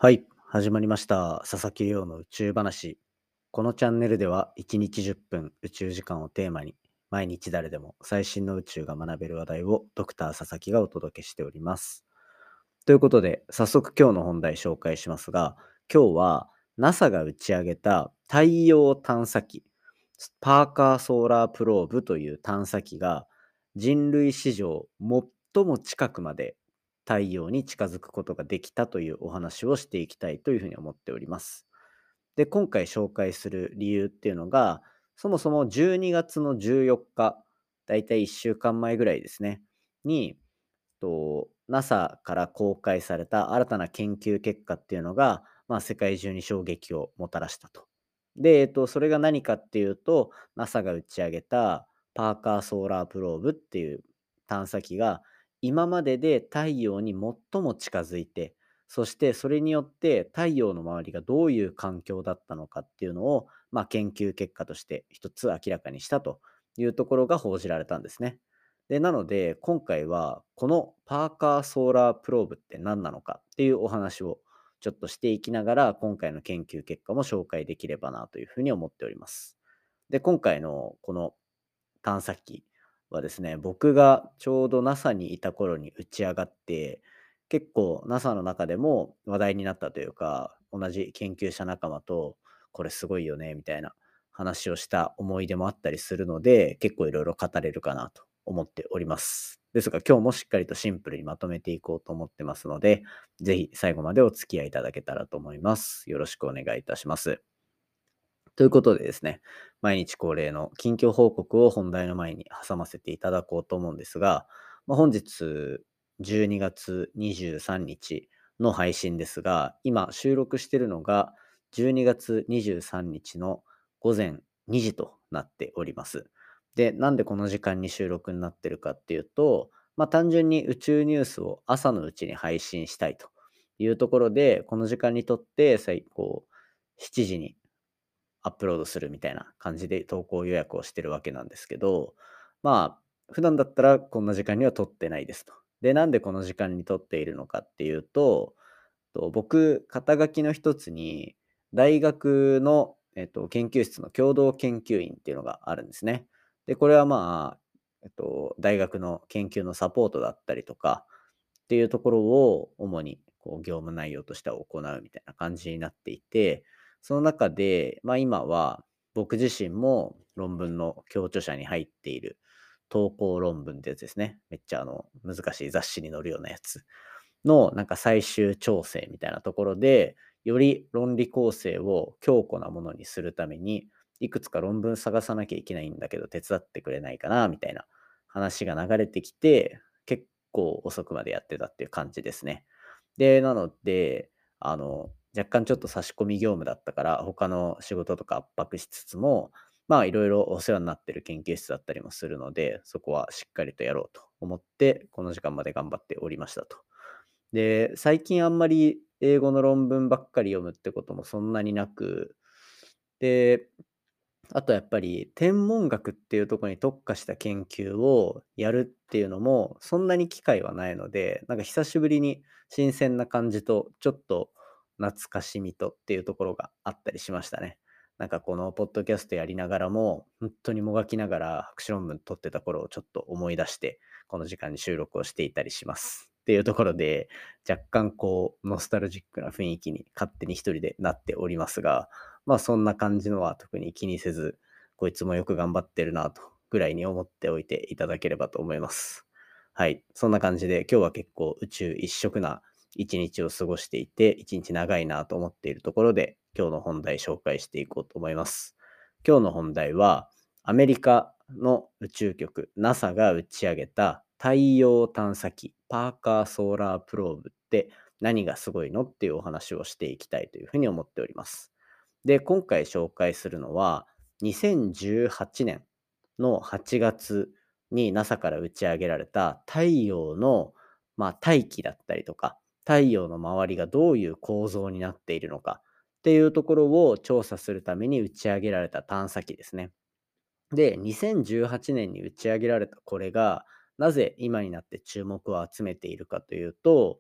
はい、始まりました。佐々木亮の宇宙話。このチャンネルでは1日10分宇宙時間をテーマに毎日誰でも最新の宇宙が学べる話題をドクター佐々木がお届けしております。ということで、早速今日の本題紹介しますが、今日は NASA が打ち上げた太陽探査機、パーカーソーラープローブという探査機が人類史上最も近くまで太陽に近づくことができたというお話をしていきたいというふうに思っております。で、今回紹介する理由っていうのが、そもそも12月の14日、だいたい1週間前ぐらいですね、に、NASA から公開された新たな研究結果っていうのが、世界中に衝撃をもたらしたと。で、それが何かっていうと、NASA が打ち上げたパーカーソーラープローブっていう探査機が、今までで太陽に最も近づいて、そしてそれによって太陽の周りがどういう環境だったのかっていうのを、研究結果として一つ明らかにしたというところが報じられたんですね。で、なので、今回はこのパーカーソーラープローブって何なのかっていうお話をちょっとしていきながら、今回の研究結果も紹介できればなというふうに思っております。で、今回のこの探査機はですね、僕がちょうど NASA にいた頃に打ち上がって、結構 NASA の中でも話題になったというか、同じ研究者仲間と、これすごいよね、みたいな話をした思い出もあったりするので、結構いろいろ語れるかなと思っております。ですが、今日もしっかりとシンプルにまとめていこうと思ってますので、ぜひ最後までお付き合いいただけたらと思います。よろしくお願いいたします。ということでですね、毎日恒例の近況報告を本題の前に挟ませていただこうと思うんですが、本日12月23日の配信ですが、今収録しているのが12月23日の午前2時となっております。で、なんでこの時間に収録になってるかっていうと、単純に宇宙ニュースを朝のうちに配信したいというところで、この時間にとって最高7時にアップロードするみたいな感じで投稿予約をしてるわけなんですけど、普段だったらこんな時間には撮ってないですと。で、なんでこの時間に撮っているのかっていうと、僕、肩書きの一つに、大学の、研究室の共同研究員っていうのがあるんですね。で、これは大学の研究のサポートだったりとかっていうところを主に業務内容としては行うみたいな感じになっていて、その中で、今は僕自身も論文の共著者に入っている投稿論文ってやつですね。めっちゃ難しい雑誌に載るようなやつのなんか最終調整みたいなところで、より論理構成を強固なものにするために、いくつか論文探さなきゃいけないんだけど手伝ってくれないかなみたいな話が流れてきて、結構遅くまでやってたっていう感じですね。で、なので、若干ちょっと差し込み業務だったから、他の仕事とか圧迫しつつも、いろいろお世話になってる研究室だったりもするので、そこはしっかりとやろうと思って、この時間まで頑張っておりましたと。で、最近あんまり英語の論文ばっかり読むってこともそんなになく、で、あとやっぱり天文学っていうところに特化した研究をやるっていうのもそんなに機会はないので、なんか久しぶりに新鮮な感じとちょっと懐かしみとっていうところがあったりしましたね。なんかこのポッドキャストやりながらも、本当にもがきながら博士論文取ってた頃をちょっと思い出して、この時間に収録をしていたりします。っていうところで、若干ノスタルジックな雰囲気に勝手に一人でなっておりますが、そんな感じのは特に気にせず、こいつもよく頑張ってるなとぐらいに思っておいていただければと思います。はい。そんな感じで今日は結構宇宙一色な一日を過ごしていて、一日長いなと思っているところで、今日の本題紹介していこうと思います。今日の本題は、アメリカの宇宙局 NASA が打ち上げた太陽探査機パーカーソーラープローブって何がすごいのっていうお話をしていきたいというふうに思っております。で、今回紹介するのは、2018年の8月に NASA から打ち上げられた太陽の、大気だったりとか、太陽の周りがどういう構造になっているのかっていうところを調査するために打ち上げられた探査機ですね。で、2018年に打ち上げられたこれが、なぜ今になって注目を集めているかというと、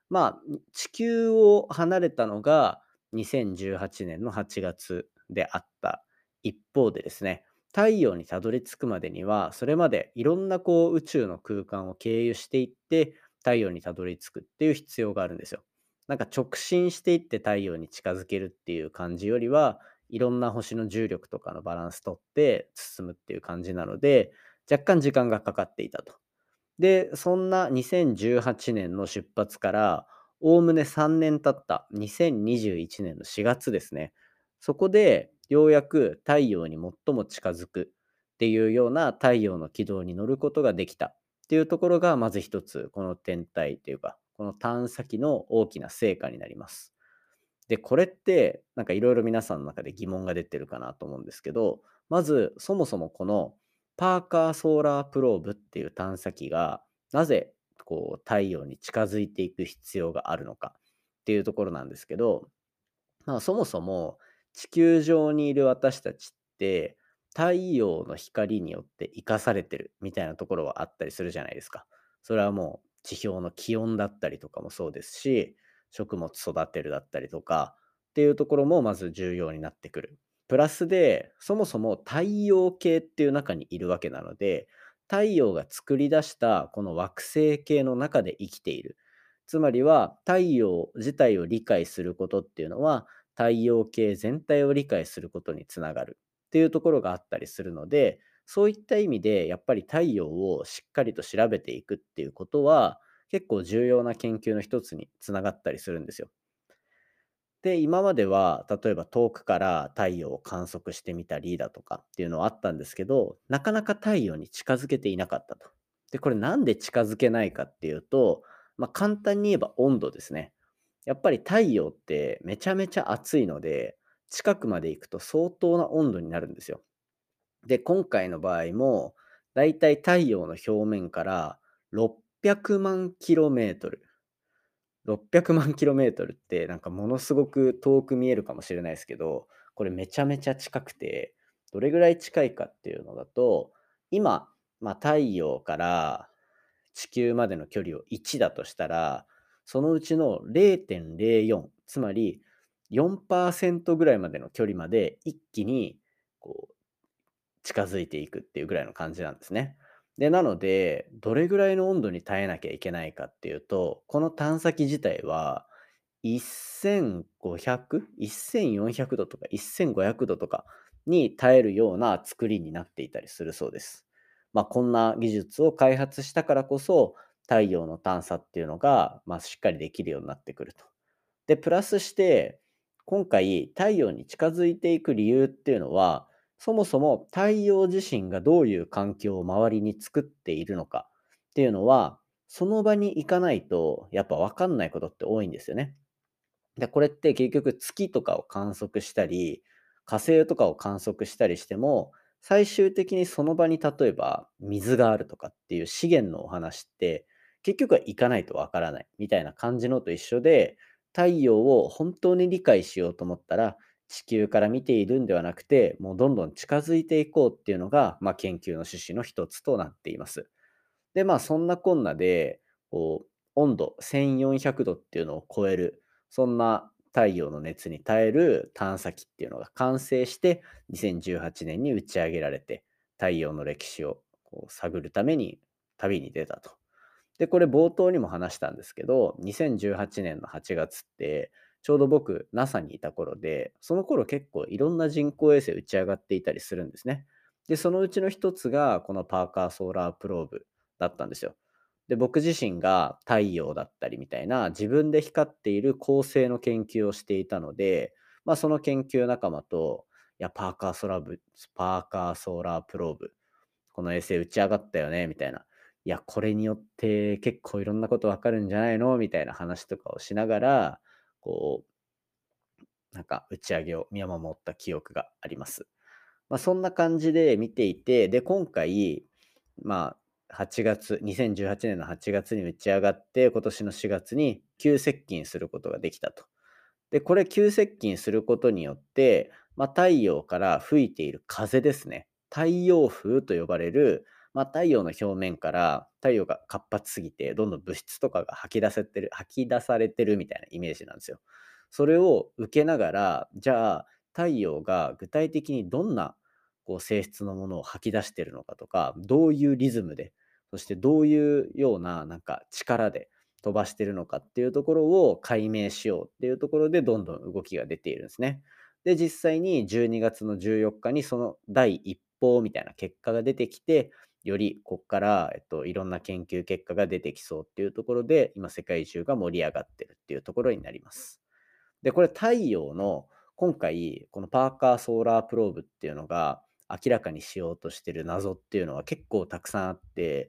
地球を離れたのが2018年の8月であった一方でですね、太陽にたどり着くまでには、それまでいろんな宇宙の空間を経由していって、太陽にたどり着くっていう必要があるんですよ。なんか直進していって太陽に近づけるっていう感じよりは、いろんな星の重力とかのバランス取って進むっていう感じなので、若干時間がかかっていたと。で、そんな2018年の出発から、おおむね3年経った2021年の4月ですね。そこでようやく太陽に最も近づくっていうような太陽の軌道に乗ることができたっていうところが、まず一つ、この天体っていうか、この探査機の大きな成果になります。で、これって、なんかいろいろ皆さんの中で疑問が出てるかなと思うんですけど、まず、そもそもこのパーカーソーラープローブっていう探査機が、なぜ太陽に近づいていく必要があるのかっていうところなんですけど、そもそも地球上にいる私たちって、太陽の光によって生かされてるみたいなところはあったりするじゃないですか。それはもう地表の気温だったりとかもそうですし、食物育てるだったりとかっていうところもまず重要になってくる。プラスで、そもそも太陽系っていう中にいるわけなので、太陽が作り出したこの惑星系の中で生きている。つまりは太陽自体を理解することっていうのは、太陽系全体を理解することにつながるっていうところがあったりするので、そういった意味でやっぱり太陽をしっかりと調べていくっていうことは、結構重要な研究の一つにつながったりするんですよ。で、今までは例えば遠くから太陽を観測してみたりだとかっていうのはあったんですけど、なかなか太陽に近づけていなかったと。で、これなんで近づけないかっていうと、簡単に言えば温度ですね。やっぱり太陽ってめちゃめちゃ暑いので、近くまで行くと相当な温度になるんですよ。で、今回の場合も、だいたい太陽の表面から600万キロメートル。600万キロメートルってなんかものすごく遠く見えるかもしれないですけど、これめちゃめちゃ近くて、どれぐらい近いかっていうのだと、今、太陽から地球までの距離を1だとしたら、そのうちの0.04、つまり4%ぐらいまでの距離まで一気にこう近づいていくっていうぐらいの感じなんですね。で、なので、どれぐらいの温度に耐えなきゃいけないかっていうと、この探査機自体は1500、1400度とか1500度とかに耐えるような作りになっていたりするそうです。こんな技術を開発したからこそ、太陽の探査っていうのが、しっかりできるようになってくると。で、プラスして、今回太陽に近づいていく理由っていうのは、そもそも太陽自身がどういう環境を周りに作っているのかっていうのは、その場に行かないとやっぱ分かんないことって多いんですよね。で、これって結局月とかを観測したり、火星とかを観測したりしても、最終的にその場に例えば水があるとかっていう資源のお話って、結局は行かないとわからないみたいな感じのと一緒で、太陽を本当に理解しようと思ったら、地球から見ているんではなくて、もうどんどん近づいていこうっていうのが、研究の趣旨の一つとなっています。で、そんなこんなで、温度1400度っていうのを超える、そんな太陽の熱に耐える探査機っていうのが完成して、2018年に打ち上げられて、太陽の歴史を探るために旅に出たと。で、これ冒頭にも話したんですけど、2018年の8月って、ちょうど僕、NASA にいた頃で、その頃結構いろんな人工衛星打ち上がっていたりするんですね。で、そのうちの一つが、このパーカーソーラープローブだったんですよ。で、僕自身が太陽だったりみたいな、自分で光っている恒星の研究をしていたので、その研究仲間と、いや、パーカーソーラープローブ、この衛星打ち上がったよね、みたいな。いや、これによって結構いろんなことわかるんじゃないのみたいな話とかをしながら、こなんか打ち上げを見守った記憶があります。そんな感じで見ていて、で、今回、8月、2018年の8月に打ち上がって、今年の4月に急接近することができたと。で、これ急接近することによって、太陽から吹いている風ですね。太陽風と呼ばれる、 太陽の表面から太陽が活発すぎてどんどん物質とかが吐き出されてるみたいなイメージなんですよ。それを受けながら、じゃあ太陽が具体的にどんな性質のものを吐き出してるのかとか、どういうリズムで、そしてどういうような力で飛ばしてるのかっていうところを解明しようっていうところでどんどん動きが出ているんですね。で、実際に12月の14日にその第一報みたいな結果が出てきて、よりこっから、いろんな研究結果が出てきそうっていうところで、今世界中が盛り上がってるっていうところになります。で、これ太陽の今回、このパーカーソーラープローブっていうのが明らかにしようとしてる謎っていうのは結構たくさんあって、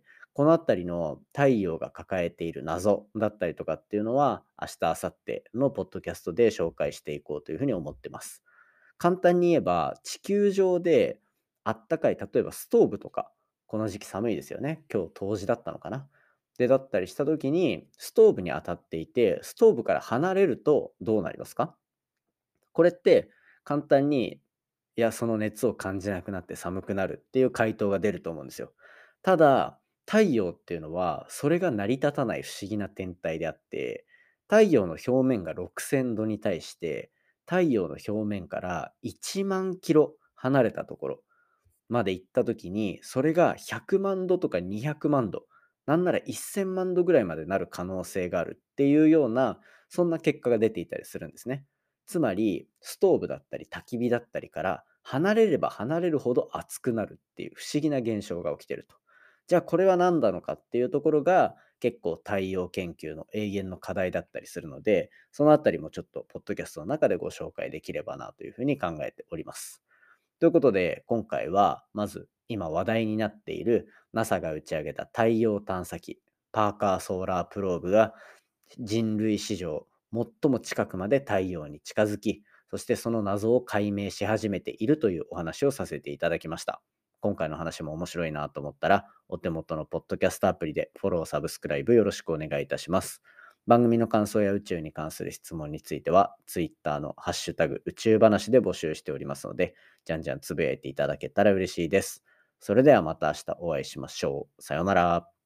このあたりの太陽が抱えている謎だったりとかっていうのは、明日、明後日のポッドキャストで紹介していこうというふうに思ってます。簡単に言えば、地球上であったかい、例えばストーブとか、この時期寒いですよね。今日冬至だったのかな。で、だったりした時に、ストーブに当たっていて、ストーブから離れるとどうなりますか？これって簡単に、いや、その熱を感じなくなって寒くなるっていう回答が出ると思うんですよ。ただ、太陽っていうのは、それが成り立たない不思議な天体であって、太陽の表面が6000度に対して、太陽の表面から1万キロ離れたところまで行った時に、それが100万度とか200万度、なんなら1000万度ぐらいまでなる可能性があるっていうような、そんな結果が出ていたりするんですね。つまり、ストーブだったり焚き火だったりから離れれば離れるほど熱くなるっていう不思議な現象が起きてると。じゃあこれは何なのかっていうところが結構太陽研究の永遠の課題だったりするので、そのあたりもちょっとポッドキャストの中でご紹介できればなというふうに考えております。ということで、今回は、まず、今話題になっている NASA が打ち上げた太陽探査機、パーカーソーラープローブが人類史上最も近くまで太陽に近づき、そしてその謎を解明し始めているというお話をさせていただきました。今回の話も面白いなと思ったら、お手元のポッドキャストアプリでフォロー、サブスクライブよろしくお願いいたします。番組の感想や宇宙に関する質問については、Twitter のハッシュタグ宇宙話で募集しておりますので、じゃんじゃんつぶやいていただけたら嬉しいです。それではまた明日お会いしましょう。さようなら。